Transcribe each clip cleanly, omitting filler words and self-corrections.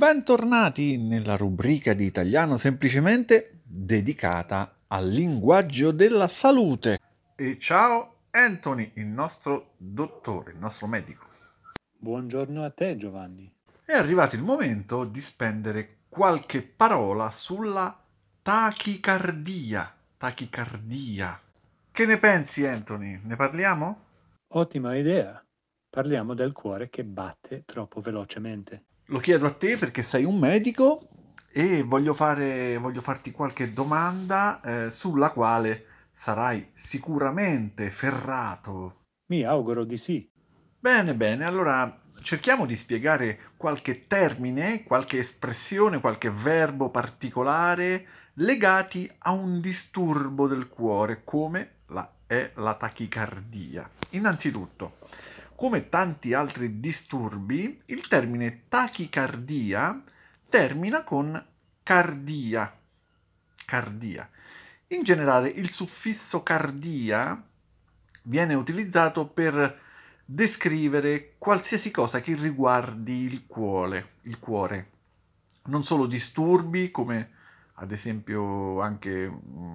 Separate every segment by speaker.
Speaker 1: Bentornati nella rubrica di Italiano Semplicemente dedicata al linguaggio della salute. E ciao Anthony, il nostro dottore, il nostro medico.
Speaker 2: Buongiorno a te, Giovanni.
Speaker 1: È arrivato il momento di spendere qualche parola sulla tachicardia. Tachicardia. Che ne pensi, Anthony? Ne parliamo?
Speaker 2: Ottima idea. Parliamo del cuore che batte troppo velocemente.
Speaker 1: Lo chiedo a te perché sei un medico e voglio farti qualche domanda sulla quale sarai sicuramente ferrato.
Speaker 2: Mi auguro di sì.
Speaker 1: Bene, bene, allora cerchiamo di spiegare qualche termine, qualche espressione, qualche verbo particolare legati a un disturbo del cuore, come è la tachicardia. Innanzitutto, come tanti altri disturbi, il termine tachicardia termina con cardia. Cardia. In generale, il suffisso cardia viene utilizzato per descrivere qualsiasi cosa che riguardi il cuore. Non solo disturbi come ad esempio anche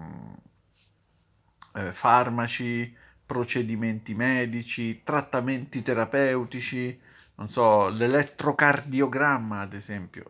Speaker 1: farmaci, procedimenti medici, trattamenti terapeutici, non so, l'elettrocardiogramma ad esempio,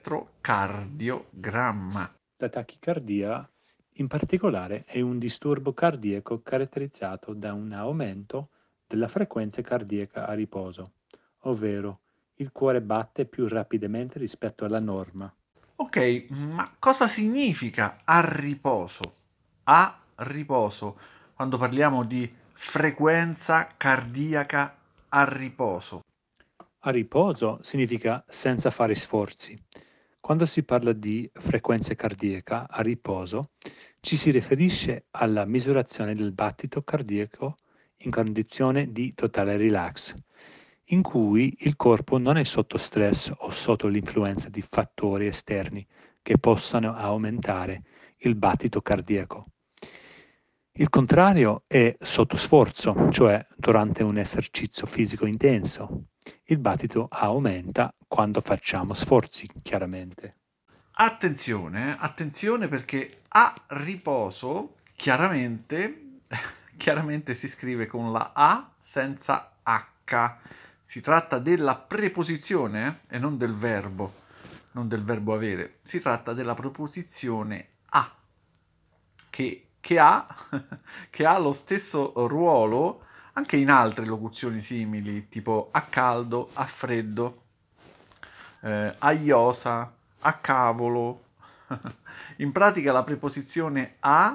Speaker 1: l'elettrocardiogramma.
Speaker 2: La tachicardia, in particolare, è un disturbo cardiaco caratterizzato da un aumento della frequenza cardiaca a riposo, ovvero il cuore batte più rapidamente rispetto alla norma.
Speaker 1: Ok, ma cosa significa a riposo? A riposo, quando parliamo di frequenza cardiaca a riposo.
Speaker 2: A riposo significa senza fare sforzi. Quando si parla di frequenza cardiaca a riposo, ci si riferisce alla misurazione del battito cardiaco in condizione di totale relax, in cui il corpo non è sotto stress o sotto l'influenza di fattori esterni che possano aumentare il battito cardiaco. Il contrario è sotto sforzo, cioè durante un esercizio fisico intenso. Il battito aumenta quando facciamo sforzi, chiaramente.
Speaker 1: Attenzione, attenzione perché a riposo chiaramente si scrive con la A senza H. Si tratta della preposizione e non del verbo avere. Si tratta della preposizione a che ha, che ha lo stesso ruolo anche in altre locuzioni simili, tipo a caldo, a freddo, a iosa, a cavolo. In pratica la preposizione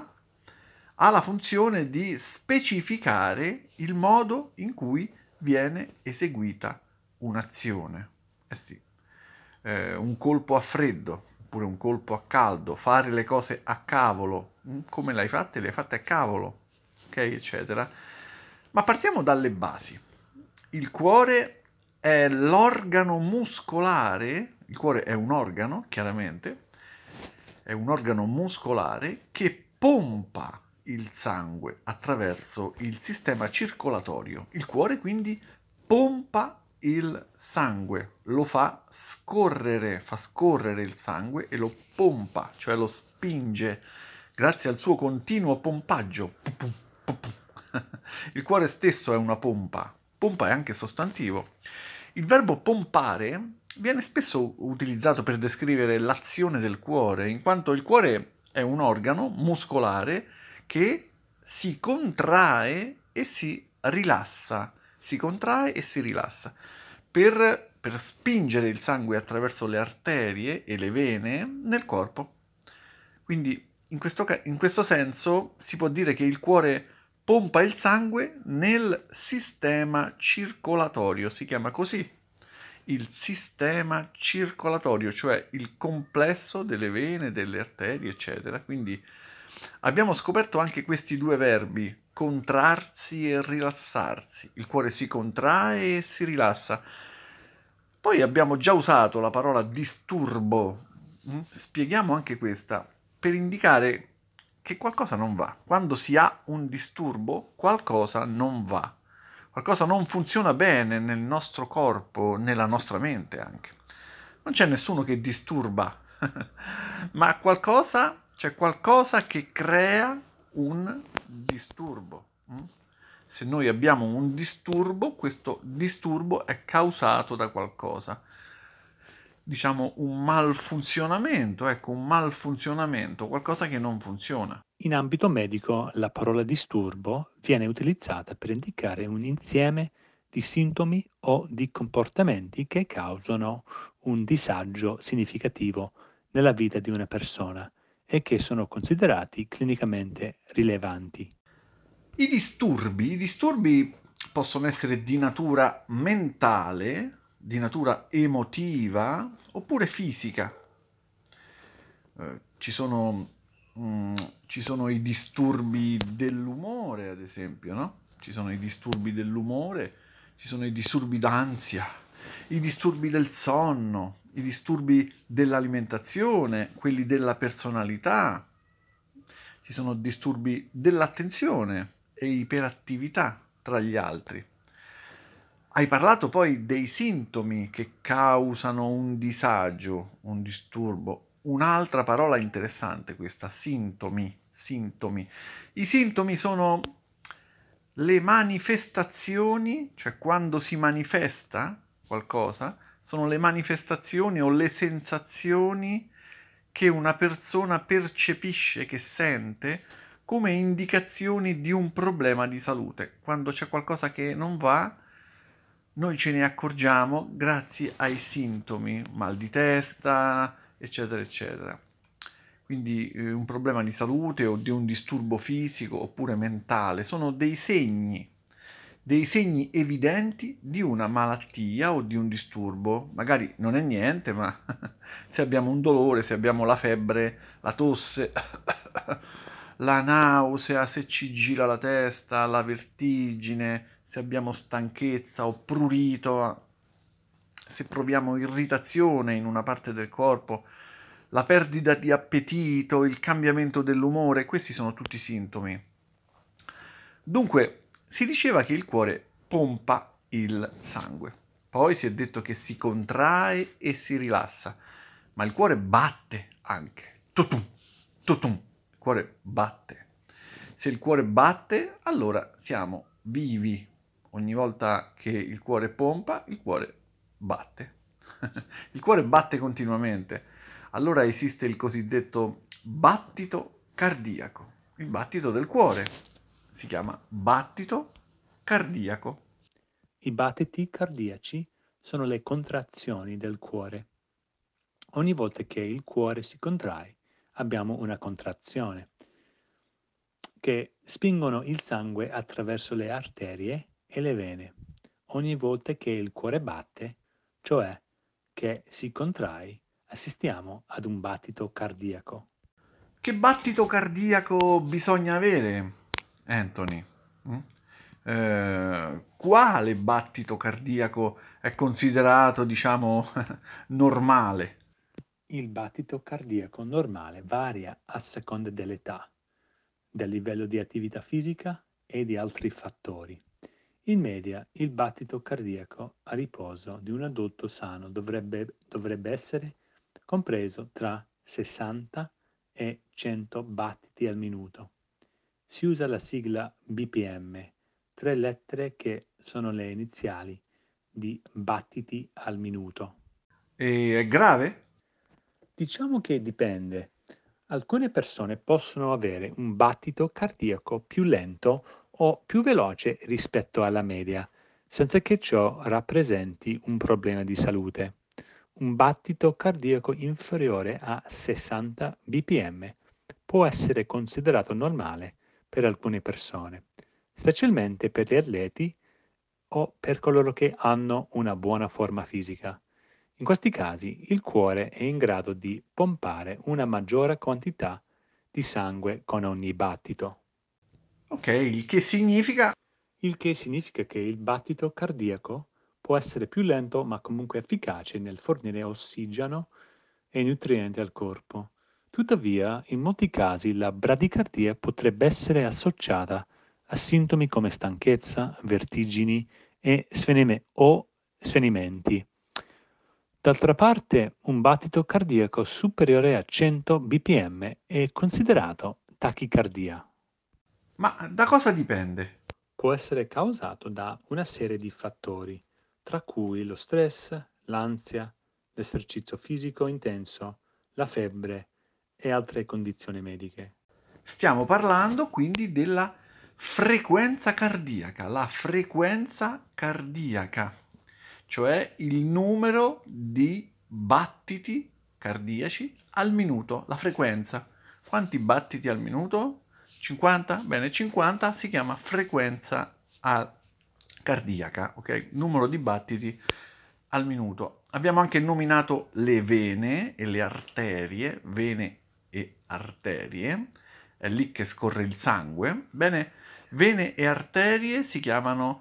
Speaker 1: ha la funzione di specificare il modo in cui viene eseguita un'azione. Eh sì, un colpo a freddo, oppure un colpo a caldo, fare le cose a cavolo. Come l'hai fatte? Le hai fatte a cavolo, ok, eccetera. Ma partiamo dalle basi. Il cuore è l'organo muscolare, il cuore è un organo, chiaramente, è un organo muscolare che pompa il sangue attraverso il sistema circolatorio. Il cuore quindi pompa il sangue, lo fa scorrere il sangue e lo pompa, cioè lo spinge grazie al suo continuo pompaggio. Il cuore stesso è una pompa. Pompa è anche sostantivo. Il verbo pompare viene spesso utilizzato per descrivere l'azione del cuore, in quanto il cuore è un organo muscolare che si contrae e si rilassa. Si contrae e si rilassa per spingere il sangue attraverso le arterie e le vene nel corpo. Quindi in questo senso si può dire che il cuore pompa il sangue nel sistema circolatorio, si chiama così, il sistema circolatorio, cioè il complesso delle vene, delle arterie, eccetera. Quindi abbiamo scoperto anche questi due verbi, contrarsi e rilassarsi. Il cuore si contrae e si rilassa. Poi abbiamo già usato la parola disturbo. Spieghiamo anche questa per indicare che qualcosa non va. Quando si ha un disturbo, qualcosa non va. Qualcosa non funziona bene nel nostro corpo, nella nostra mente anche. non c'è nessuno che disturba, ma c'è qualcosa che crea un disturbo. Se noi abbiamo un disturbo, questo disturbo è causato da qualcosa. Diciamo un malfunzionamento, ecco, un malfunzionamento, qualcosa che non funziona.
Speaker 2: In ambito medico, la parola disturbo viene utilizzata per indicare un insieme di sintomi o di comportamenti che causano un disagio significativo nella vita di una persona e che sono considerati clinicamente rilevanti.
Speaker 1: I disturbi possono essere di natura mentale, di natura emotiva oppure fisica. Eh, ci sono, ci sono i disturbi dell'umore, ad esempio, no? Ci sono i disturbi dell'umore, ci sono i disturbi d'ansia, i disturbi del sonno, i disturbi dell'alimentazione, quelli della personalità, ci sono disturbi dell'attenzione e iperattività, tra gli altri. Hai parlato poi dei sintomi che causano un disagio, un disturbo. Un'altra parola interessante questa, sintomi, sintomi. I sintomi sono le manifestazioni, cioè quando si manifesta qualcosa, sono le manifestazioni o le sensazioni che una persona percepisce, che sente, come indicazioni di un problema di salute. Quando c'è qualcosa che non va, noi ce ne accorgiamo grazie ai sintomi, mal di testa, eccetera, eccetera. Quindi un problema di salute o di un disturbo fisico oppure mentale sono dei segni evidenti di una malattia o di un disturbo. Magari non è niente, ma se abbiamo un dolore, se abbiamo la febbre, la tosse, la nausea, se ci gira la testa, la vertigine, se abbiamo stanchezza o prurito, se proviamo irritazione in una parte del corpo, la perdita di appetito, il cambiamento dell'umore, questi sono tutti sintomi. Dunque, si diceva che il cuore pompa il sangue. Poi si è detto che si contrae e si rilassa, ma il cuore batte anche. Tutum, tutum, il cuore batte. Se il cuore batte, allora siamo vivi. Ogni volta che il cuore pompa, il cuore batte. Il cuore batte continuamente. Allora esiste il cosiddetto battito cardiaco, il battito del cuore. Si chiama battito cardiaco.
Speaker 2: I battiti cardiaci sono le contrazioni del cuore. Ogni volta che il cuore si contrae, abbiamo una contrazione che spingono il sangue attraverso le arterie e le vene. Ogni volta che il cuore batte, cioè che si contrae, assistiamo ad un battito cardiaco.
Speaker 1: Che battito cardiaco bisogna avere, Anthony? Mm? Quale battito cardiaco è considerato, diciamo, normale?
Speaker 2: Il battito cardiaco normale varia a seconda dell'età, del livello di attività fisica e di altri fattori. In media, il battito cardiaco a riposo di un adulto sano dovrebbe essere compreso tra 60 e 100 battiti al minuto. Si usa la sigla BPM, 3 lettere che sono le iniziali di battiti al minuto.
Speaker 1: E è grave?
Speaker 2: Diciamo che dipende. Alcune persone possono avere un battito cardiaco più lento o più veloce rispetto alla media, senza che ciò rappresenti un problema di salute. Un battito cardiaco inferiore a 60 bpm può essere considerato normale per alcune persone, specialmente per gli atleti o per coloro che hanno una buona forma fisica. In questi casi il cuore è in grado di pompare una maggiore quantità di sangue con ogni battito,
Speaker 1: Ok, il che significa
Speaker 2: il che significa che il battito cardiaco può essere più lento ma comunque efficace nel fornire ossigeno e nutrienti al corpo. Tuttavia, in molti casi la bradicardia potrebbe essere associata a sintomi come stanchezza, vertigini e svenimenti. D'altra parte, un battito cardiaco superiore a 100 bpm è considerato tachicardia.
Speaker 1: Ma da cosa dipende?
Speaker 2: Può essere causato da una serie di fattori, tra cui lo stress, l'ansia, l'esercizio fisico intenso, la febbre e altre condizioni mediche.
Speaker 1: Stiamo parlando quindi della frequenza cardiaca, la frequenza cardiaca, cioè il numero di battiti cardiaci al minuto, la frequenza. Quanti battiti al minuto? 50? Bene, 50 si chiama frequenza cardiaca, ok? Numero di battiti al minuto. Abbiamo anche nominato le vene e le arterie, vene e arterie, è lì che scorre il sangue. Bene, vene e arterie si chiamano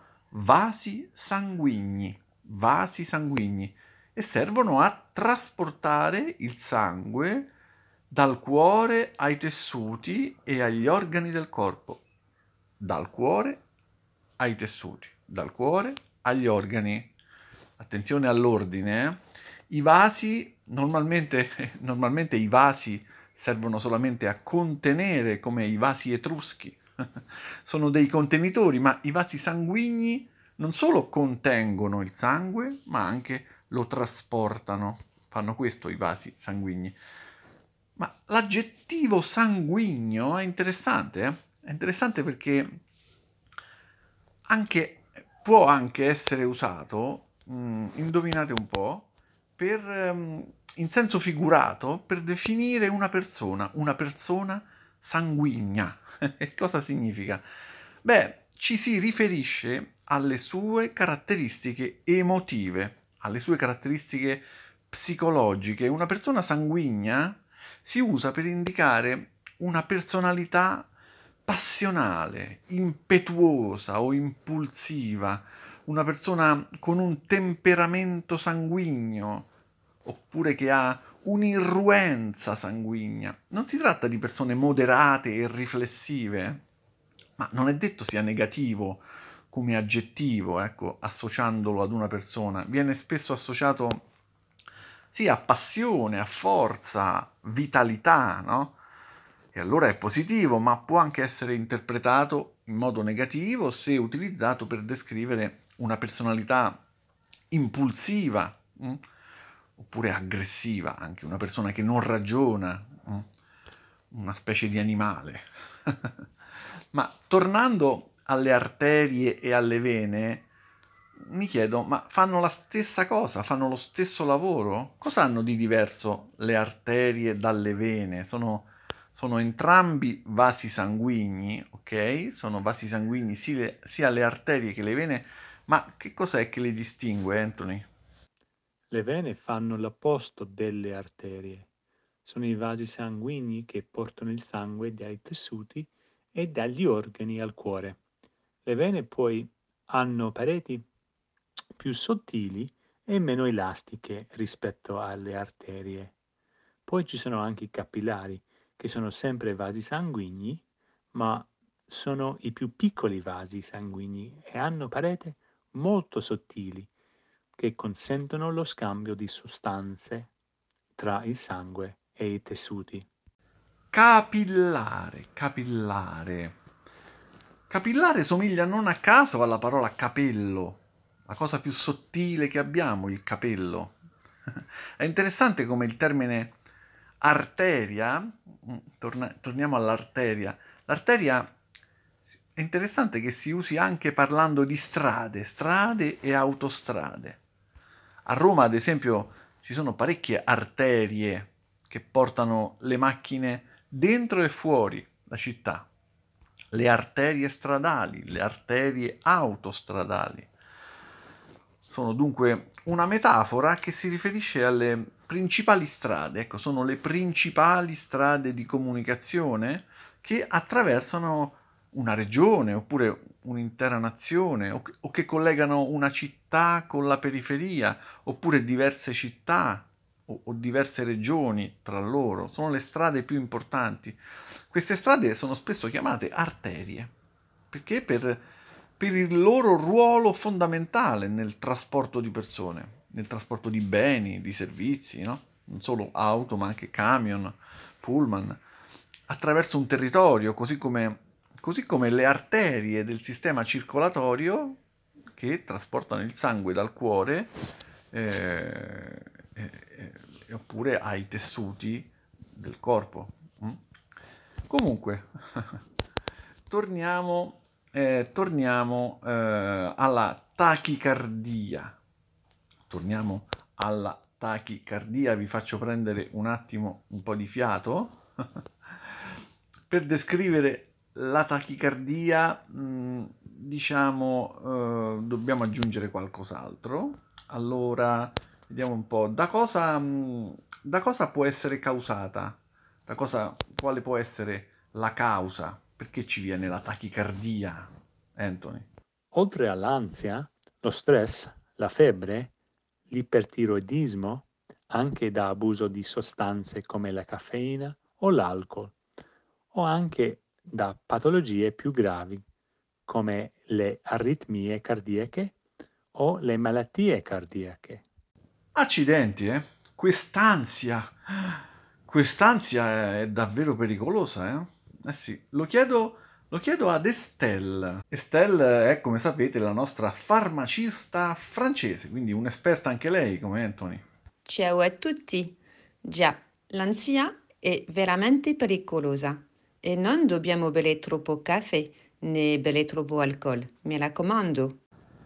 Speaker 1: vasi sanguigni e servono a trasportare il sangue dal cuore ai tessuti e agli organi del corpo. Dal cuore ai tessuti, dal cuore agli organi. Attenzione all'ordine. I vasi, normalmente i vasi servono solamente a contenere, come i vasi etruschi. Sono dei contenitori, ma i vasi sanguigni non solo contengono il sangue, ma anche lo trasportano. Fanno questo i vasi sanguigni. Ma l'aggettivo sanguigno è interessante, eh? È interessante perché anche, può anche essere usato, indovinate un po', in senso figurato, per definire una persona sanguigna. E cosa significa? Beh, ci si riferisce alle sue caratteristiche emotive, alle sue caratteristiche psicologiche. Una persona sanguigna si usa per indicare una personalità passionale, impetuosa o impulsiva, una persona con un temperamento sanguigno, oppure che ha un'irruenza sanguigna. Non si tratta di persone moderate e riflessive, ma non è detto sia negativo come aggettivo, ecco, associandolo ad una persona. Viene spesso associato sì, a passione, a forza, vitalità, no? E allora è positivo, ma può anche essere interpretato in modo negativo se utilizzato per descrivere una personalità impulsiva, oppure aggressiva, anche una persona che non ragiona, una specie di animale. Ma tornando alle arterie e alle vene, mi chiedo, ma fanno la stessa cosa? Fanno lo stesso lavoro? Cosa hanno di diverso le arterie dalle vene? Sono entrambi vasi sanguigni, ok? Sono vasi sanguigni sia le arterie che le vene, ma che cos'è che le distingue, Anthony?
Speaker 2: Le vene fanno l'opposto delle arterie. Sono i vasi sanguigni che portano il sangue dai tessuti e dagli organi al cuore. Le vene poi hanno pareti più sottili e meno elastiche rispetto alle arterie. Poi ci sono anche i capillari, che sono sempre vasi sanguigni, ma sono i più piccoli vasi sanguigni e hanno pareti molto sottili che consentono lo scambio di sostanze tra il sangue e i tessuti.
Speaker 1: Capillare, capillare. Capillare somiglia non a caso alla parola capello, la cosa più sottile che abbiamo, il capello. È interessante come il termine arteria, torniamo all'arteria, l'arteria è interessante che si usi anche parlando di strade, strade e autostrade. A Roma, ad esempio, ci sono parecchie arterie che portano le macchine dentro e fuori la città. Le arterie stradali, le arterie autostradali. Sono dunque una metafora che si riferisce alle principali strade, ecco, sono le principali strade di comunicazione che attraversano una regione oppure un'intera nazione o che collegano una città con la periferia oppure diverse città o diverse regioni tra loro. Sono le strade più importanti. Queste strade sono spesso chiamate arterie perché per il loro ruolo fondamentale nel trasporto di persone. nel trasporto di beni, di servizi, no? Non solo auto, ma anche camion, pullman, attraverso un territorio, così come le arterie del sistema circolatorio che trasportano il sangue dal cuore eh, oppure ai tessuti del corpo. Mm? Comunque, torniamo alla tachicardia. Torniamo alla tachicardia, vi faccio prendere un attimo un po' di fiato. Per descrivere la tachicardia, diciamo, dobbiamo aggiungere qualcos'altro. Allora, vediamo un po'. Da cosa può essere causata? Quale può essere la causa? Perché ci viene la tachicardia, Anthony?
Speaker 2: Oltre all'ansia, lo stress, la febbre, l'ipertiroidismo, anche da abuso di sostanze come la caffeina o l'alcol, o anche da patologie più gravi come le aritmie cardiache o le malattie cardiache.
Speaker 1: Accidenti, eh? Quest'ansia, quest'ansia è davvero pericolosa, eh? Eh sì, lo chiedo ad Estelle. Estelle è, come sapete, la nostra farmacista francese, quindi un'esperta anche lei, come Anthony.
Speaker 3: Ciao a tutti. Già, l'ansia è veramente pericolosa e non dobbiamo bere troppo caffè né bere troppo alcol, mi raccomando.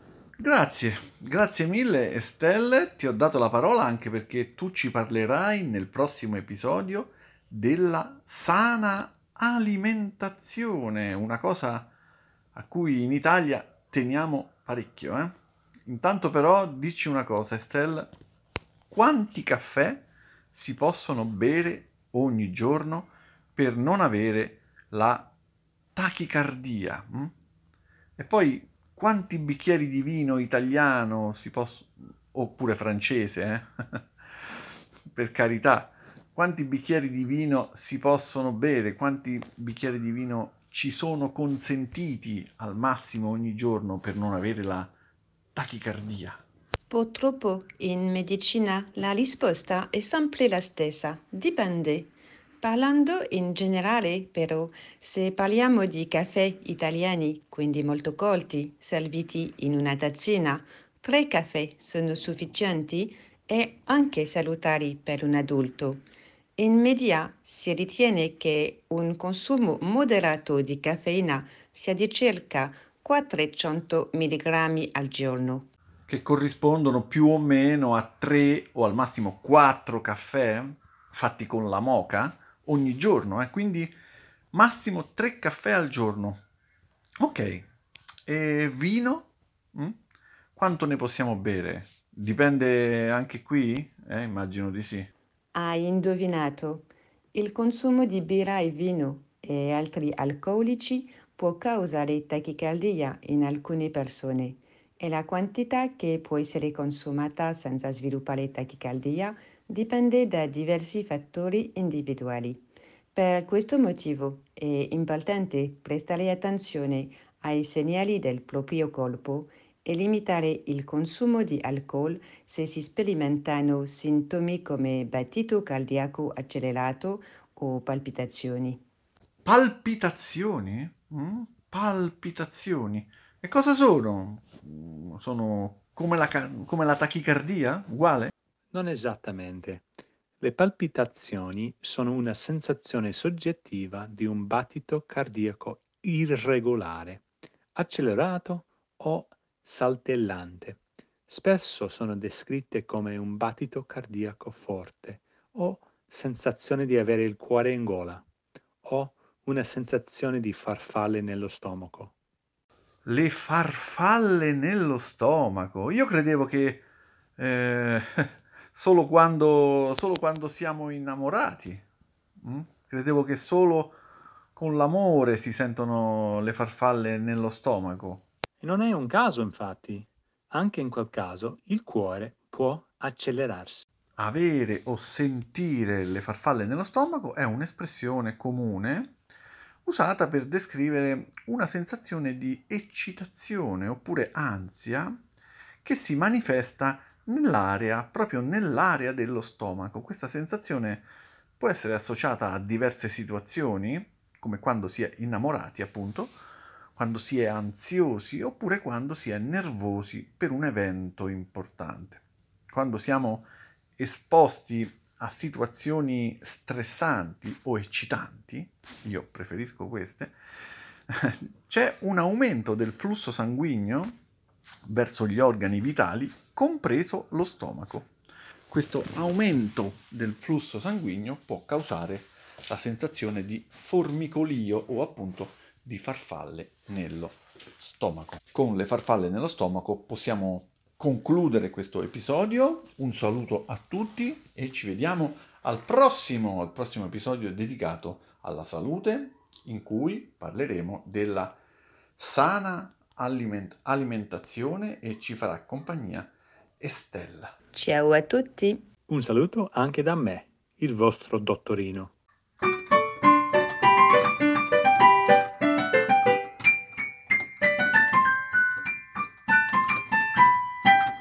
Speaker 1: Grazie mille Estelle, ti ho dato la parola anche perché tu ci parlerai nel prossimo episodio della sana alimentazione, una cosa a cui in Italia teniamo parecchio, eh? Intanto però dici una cosa, Estelle, quanti caffè si possono bere ogni giorno per non avere la tachicardia? E poi quanti bicchieri di vino italiano si possono, oppure francese, per carità, quanti bicchieri di vino si possono bere, quanti bicchieri di vino ci sono consentiti al massimo ogni giorno per non avere la tachicardia?
Speaker 3: Purtroppo in medicina la risposta è sempre la stessa, dipende. Parlando in generale, però, se parliamo di caffè italiani, quindi molto colti, serviti in una tazzina, 3 caffè sono sufficienti e anche salutari per un adulto. In media si ritiene che un consumo moderato di caffeina sia di circa 400 mg al giorno.
Speaker 1: Che corrispondono più o meno a 3 o al massimo 4 caffè fatti con la moka ogni giorno, quindi massimo 3 caffè al giorno. Ok, e vino? Mm? Quanto ne possiamo bere? Dipende anche qui? Immagino di sì.
Speaker 3: Hai indovinato, il consumo di birra e vino e altri alcolici può causare tachicardia in alcune persone e la quantità che può essere consumata senza sviluppare tachicardia dipende da diversi fattori individuali. Per questo motivo è importante prestare attenzione ai segnali del proprio corpo e limitare il consumo di alcol se si sperimentano sintomi come battito cardiaco accelerato o palpitazioni.
Speaker 1: Palpitazioni? Palpitazioni. E cosa sono? Sono come la tachicardia? Uguale?
Speaker 2: Non esattamente. Le palpitazioni sono una sensazione soggettiva di un battito cardiaco irregolare, accelerato o saltellante. Spesso sono descritte come un battito cardiaco forte o sensazione di avere il cuore in gola o una sensazione di farfalle nello stomaco.
Speaker 1: Le farfalle nello stomaco. Io credevo che eh, solo quando siamo innamorati. Credevo che solo con l'amore si sentono le farfalle nello stomaco.
Speaker 2: E non è un caso, infatti. Anche in quel caso il cuore può accelerarsi.
Speaker 1: Avere o sentire le farfalle nello stomaco è un'espressione comune usata per descrivere una sensazione di eccitazione oppure ansia che si manifesta proprio nell'area dello stomaco. Questa sensazione può essere associata a diverse situazioni, come quando si è innamorati, appunto, quando si è ansiosi oppure quando si è nervosi per un evento importante. Quando siamo esposti a situazioni stressanti o eccitanti, io preferisco queste, c'è un aumento del flusso sanguigno verso gli organi vitali, compreso lo stomaco. Questo aumento del flusso sanguigno può causare la sensazione di formicolio o appunto di farfalle nello stomaco. Con le farfalle nello stomaco possiamo concludere questo episodio. Un saluto a tutti e ci vediamo al prossimo episodio dedicato alla salute, in cui parleremo della sana alimentazione e ci farà compagnia Estella.
Speaker 3: Ciao a tutti!
Speaker 2: Un saluto anche da me, il vostro dottorino.